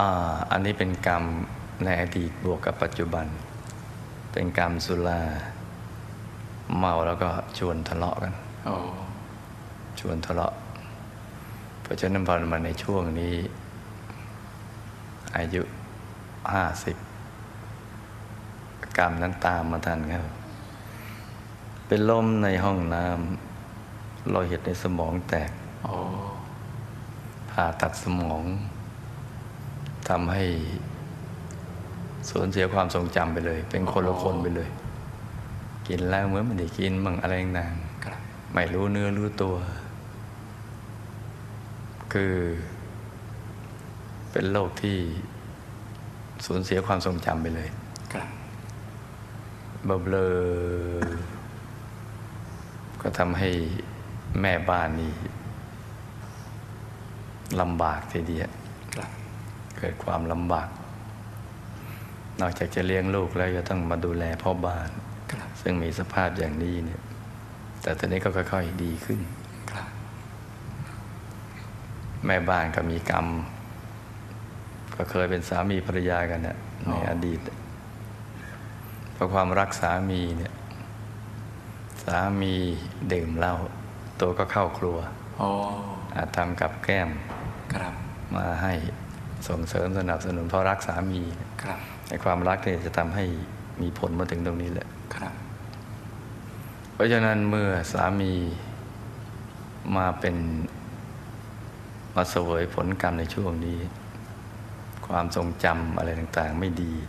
อันนี้เป็นกรรมในอดีตบวกกับปัจจุบันเป็นกรรมสุราเมาแล้วก็ชวนทะเลาะกันชวนทะเลาะเพราะฉะนั้นพอมาในช่วงนี้อายุ50กรรมนั้นตามมาทันครับเป็นลมในห้องน้ำโลหิตในสมองแตกผ่าตัดสมองทำให้สูญเสียความทรงจำไปเลยเป็นคนละคนไปเลยกินแล้วเหมือนไม่ได้กินมั่งอะไรต่างๆไม่รู้เนื้อรู้ตัวคือเป็นโรคที่สูญเสียความทรงจำไปเลยเบลอก็ทำให้แม่บ้านนี่ลำบากทีเดียวเกิดความลำบากนอกจากจะเลี้ยงลูกแล้วจะต้องมาดูแลพ่อบ้านซึ่งมีสภาพอย่างนี้เนี่ยแต่ตอนนี้ก็ค่อยๆดีขึ้นแม่บ้านก็มีกรรมก็เคยเป็นสามีภรรยากันเนี่ยในอดีตเพราะความรักสามีเนี่ยสามีดื่มเหล้าตัวก็เข้าครัวอาจทำกับแก้มมาให้ส่งเสริมสนับสนุนเพราะรักสามีในความรักเนี่ยจะทำให้มีผลมาถึงตรงนี้แหละเพราะฉะนั้นเมื่อสามีมาเสวยผลกรรมในช่วงนี้ความทรงจำอะไรต่างๆไม่ดี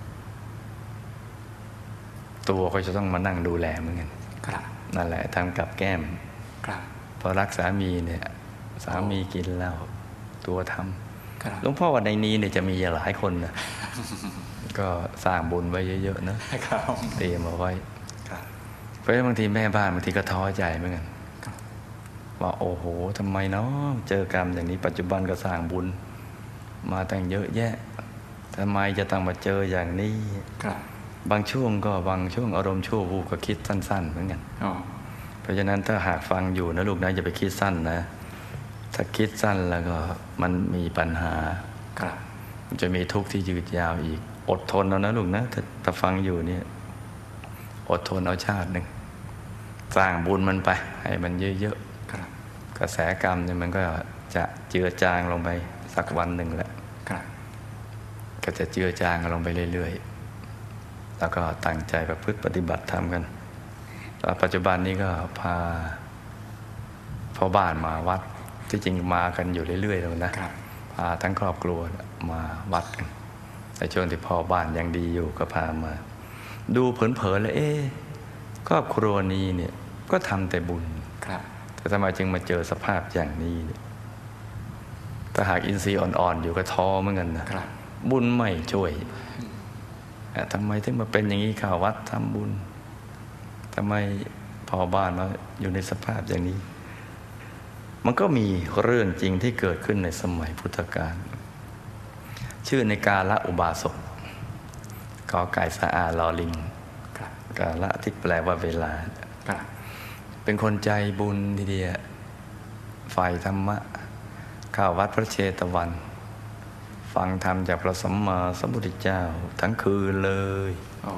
ตัวก็จะต้องมานั่งดูแลเหมือนกันนั่นแหละทำกับแก้มพอรักสามีเนี่ยสามีกินเหล้าตัวทำหลวงพ่อว่าในนี้เนี่ยจะมีหลายคนนะก็สร้างบุญไว้เยอะๆนะเตรียมเอาไว้เพราะบางทีแม่บ้านบางทีก็ท้อใจเหมือนกันว่าโอ้โหทำไมเนาะเจอกรรมอย่างนี้ปัจจุบันก็สร้างบุญมาตั้งเยอะแยะทำไมจะต้องมาเจออย่างนี้บางช่วงอารมณ์ชั่ววูบก็คิดสั้นๆเหมือนกันเพราะฉะนั้นถ้าหากฟังอยู่นะลูกนะอย่าไปคิดสั้นนะถ้าคิดสั้นแล้วก็มันมีปัญหามันจะมีทุกข์ที่ยืดยาวอีกอดทนเอานะลูกนะถ้าฟังอยู่เนี่ยอดทนเอาชาติหนึ่งสร้างบุญมันไปให้มันเยอะๆกระแสกรรมเนี่ยมันก็จะเจือจางลงไปสักวันหนึ่งแหละก็จะเจือจางลงไปเรื่อยๆแล้วก็ตั้งใจประพฤติปฏิบัติธรรมกันปัจจุบันนี้ก็พาพ่อบ้านมาวัดที่จริงมากันอยู่เรื่อยๆแล้วนะพาทั้งครอบครัวมาวัดกันในช่วงที่พ่อบ้านยังดีอยู่ก็พามาดูเผลอๆแล้วครอบครัวนี้เนี่ยก็ทำแต่บุญแต่ทำไมจึงมาเจอสภาพอย่างนี้ถ้าหากอินทรีย์อ่อนๆอยู่ก็ท้อเหมือนกันนะบุญไม่ช่วยทำไมถึงมาเป็นอย่างนี้ข่าววัดทำบุญทำไมพ่อบ้านมาอยู่ในสภาพอย่างนี้มันก็มีเรื่องจริงที่เกิดขึ้นในสมัยพุทธกาลชื่อในกาละอุบาสกกอไก่สะอาลอลิงกาละที่แปลว่าเวลาเป็นคนใจบุญทีเดียวฝ่ายธรรมะเข้าวัดพระเชตวันฟังธรรมจากพระสัมมาสัมพุทธเจ้าทั้งคืนเลย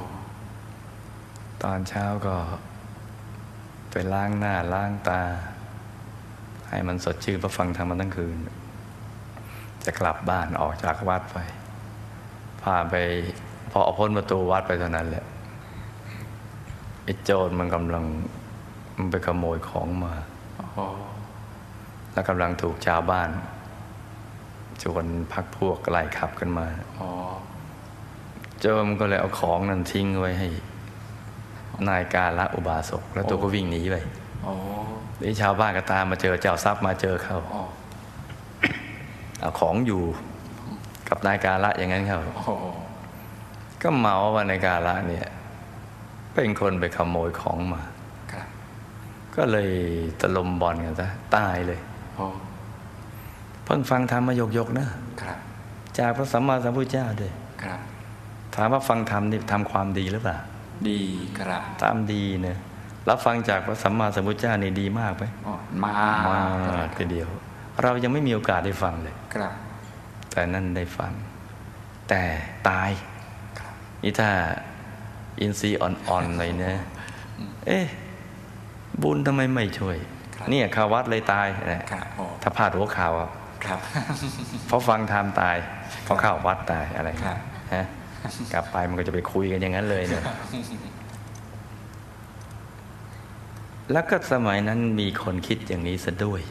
ตอนเช้าก็ไปล้างหน้าล้างตาให้มันสดชื่นเพราะฟังธรรมมาทั้งคืนจะกลับบ้านออกจากวัดไปพาไปพอเอาพ้นประตูวัดไปเท่านั้นแหละไอ้โจรมันไปขโมยของมาแล้วกำลังถูกชาวบ้านชวนพักพวกไล่ขับกันมาโจรมันก็เลยเอาของนั้นทิ้งไว้ให้นายกาละอุบาสกแล้วตัวก็วิ่งหนีไปนี่ชาวบ้านก็ตามมาเจอเจ้าทรัพย์มาเจอเขาเอาของอยู่กับนายกาละอย่างนั้นเขาก็เมาว่านายกาละเนี่ยเป็นคนไปขโมยของมาก็เลยตะลุมบอลกันซะตายเลยเพิ่งฟังธรรมมาหยกๆนะจากพระสัมมาสัมพุทธเจ้าด้วยถามว่าฟังธรรมนี่ทำความดีหรือเปล่าดีครับทำดีเนี่ยรับฟังจากพระสัมมาสัมพุทธเจ้านี่ดีมากไหมมากทีเดียวเรายังไม่มีโอกาสได้ฟังเลยแต่นั่นได้ฟังแต่ตายนี่ถ้าอินทรีย์อ่อนๆเลยนะบุญทำไมไม่ช่วยเนี่ยข่าววัดเลยตายนะถ้าพลาดหัวข่าวเพราะฟังธรรมตายเพราะข่าววัดตายอะไรฮะกลับไปมันก็จะไปคุยกันอย่างนั้นเลยเนี่ยแล้วก็สมัยนั้นมีคนคิดอย่างนี้ซะด้วย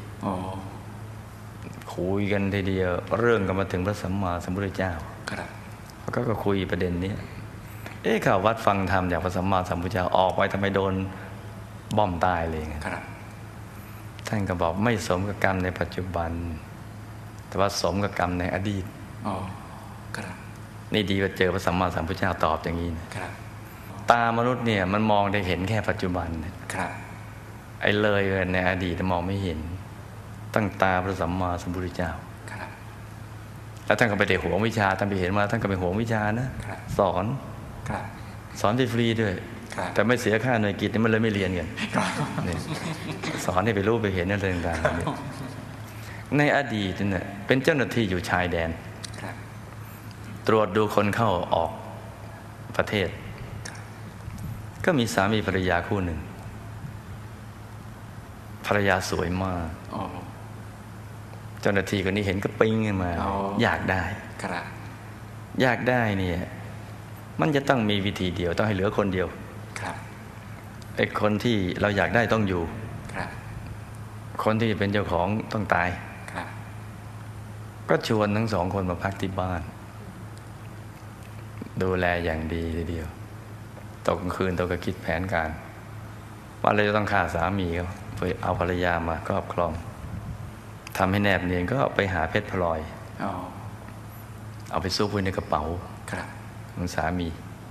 คุยกันทีเดียวเรื่องก็มาถึงพระสัมมาสัมพุทธเจ้าเขาก็คุยประเด็นนี้ข่าววัดฟังธรรมจากพระสัมมาสัมพุทธเจ้าออกไปทำไมโดนบ่อมตายเลยท่านก็บอกไม่สมกับกรรมในปัจจุบันแต่ว่าสมกับกรรมในอดีตนี่ดีว่าเจอพระสัมมาสัมพุทธเจ้าตอบอย่างนี้นะตามนุษย์เนี่ยมันมองได้เห็นแค่ปัจจุบันไอ้เลยในอดีตมองไม่เห็นตั้งตาพระสัมมาสัมพุทธเจ้าแล้วท่านก็ไปได้หวงวิชาท่านไปเห็นมาท่านก็ไปหวงวิชานะสอนฟรีด้วยแต่ไม่เสียค่าหน่วยกิจนี่มันเลยไม่เรียนกันสอนให้ไปรู้ไปเห็นนั่นเองต่างๆในอดีตเนี่ยเป็นเจ้าหน้าที่อยู่ชายแดนตรวจดูคนเข้าออกประเทศก็มีสามีภรรยาคู่หนึ่งภรรยาสวยมากเจ้าหน้าที่คนนี้เห็นก็ปิ๊งขึ้นมาอยากได้เนี่ยมันจะต้องมีวิธีเดียวต้องให้เหลือคนเดียวไอ้คนที่เราอยากได้ต้องอยู่คนที่เป็นเจ้าของต้องตายก็ชวนทั้งสองคนมาพักที่บ้านดูแลอย่างดีทีเดียวตกกลางคืนตกก็คิดแผนการว่าเราจะต้องฆ่าสามีเขาเพื่อเอาภรรยามาครอบครองทำให้แนบเนียนก็ไปหาเพชรพลอยเอาไปซุกไว้ในกระเป๋าของสามี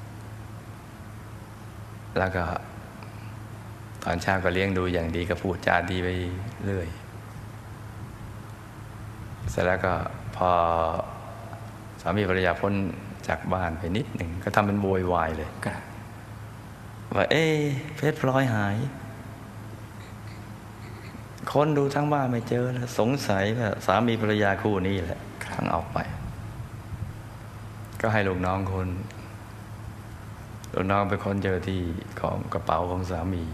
แล้วก็ตอนเช้าก็เลี้ยงดูอย่างดีก็พูดจาดีไปเรื่อยเสร็จแล้วก็พอสามีภรรยาพ้นจากบ้านไปนิดหนึ่งก็ทำเป็นโวยวายเลยว่าเพชรพลอยหายคนดูทั้งบ้านไม่เจอแล้วสงสัยว่าสามีภรรยาคู่นี้แหละทั้งออกไปก็ให้ลูกน้องคนลูกน้องไปค้นเจอที่ของกระเป๋าของสามี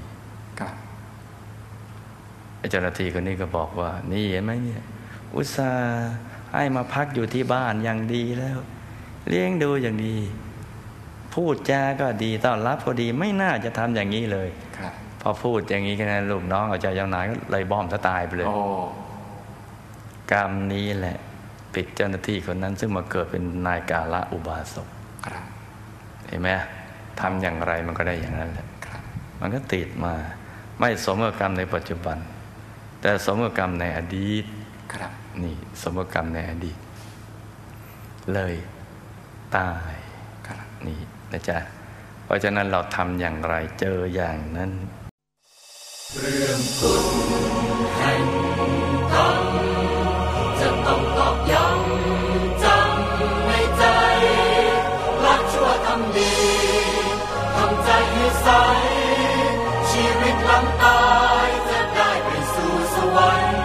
ไอ้เจ้าหน้าที่คนนี้ก็บอกว่านี่เห็นไหมเนี่ยอุตส่าห์ให้มาพักอยู่ที่บ้านอย่างดีแล้วเลี้ยงดูอย่างดีพูดจาก็ดีต้อนรับก็ดีไม่น่าจะทำอย่างนี้เลยพอพูดอย่างนี้กันนะลูกน้องเอาใจเจ้านายก็เลยบ้อมซะตายไปเลยกรรมนี้แหละติดเจ้าหน้าที่คนนั้นซึ่งมาเกิดเป็นนายกาละอุบาสกเห็นไหมทำอย่างไรมันก็ได้อย่างนั้นแหละมันก็ติดมาไม่สมกับกรรมในปัจจุบันแต่สมกับกรรมในอดีตนี่สมกับกรรมในอดีตเลยตายนี่นะจ๊ะเพราะฉะนั้นเราทำอย่างไรเจออย่างนั้นเรื่องกฎแห่งกรรมจะต้องตอกย้ำจำในใจละชั่วทำดีทำใจให้ใสชีวิตหลังตายจะได้ไปสู่สวรรค์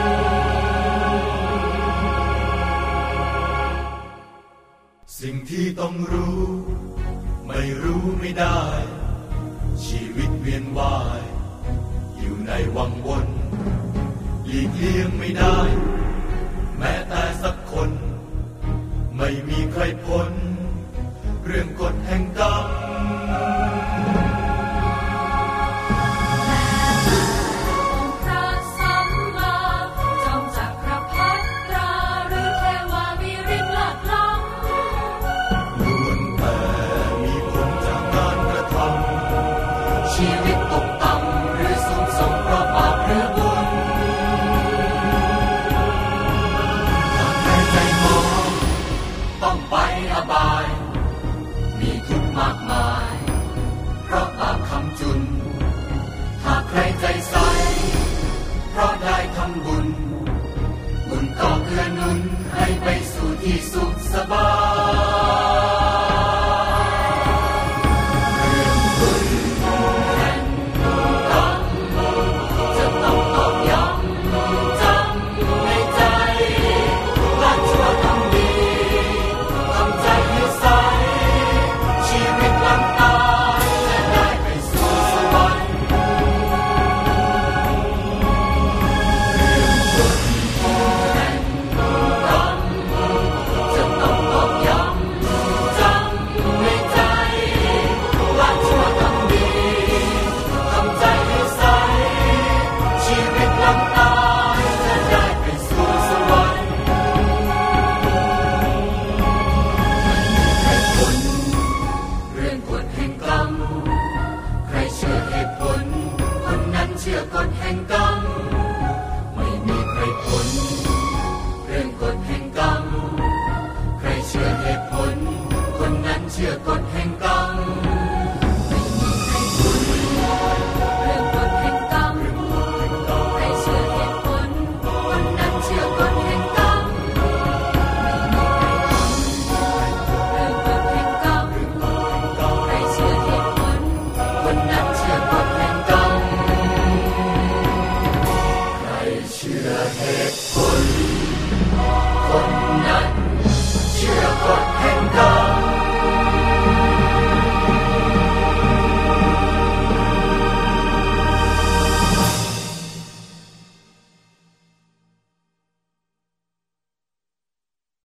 สิ่งที่ต้องรู้ไม่รู้ไม่ได้ชีวิตเวียนว่ายอยู่ในวังวนหลีกเลี่ยงไม่ได้แม้แต่สักคนไม่มีใครพ้นเรื่องกฎแห่งกรรมชีวิตตกต่ำหรือสูงส่งเพราะบาปหรือบุญถ้าใครใจมองต้องไปอบายมีทุกข์มากมายกฎแห่งกรรม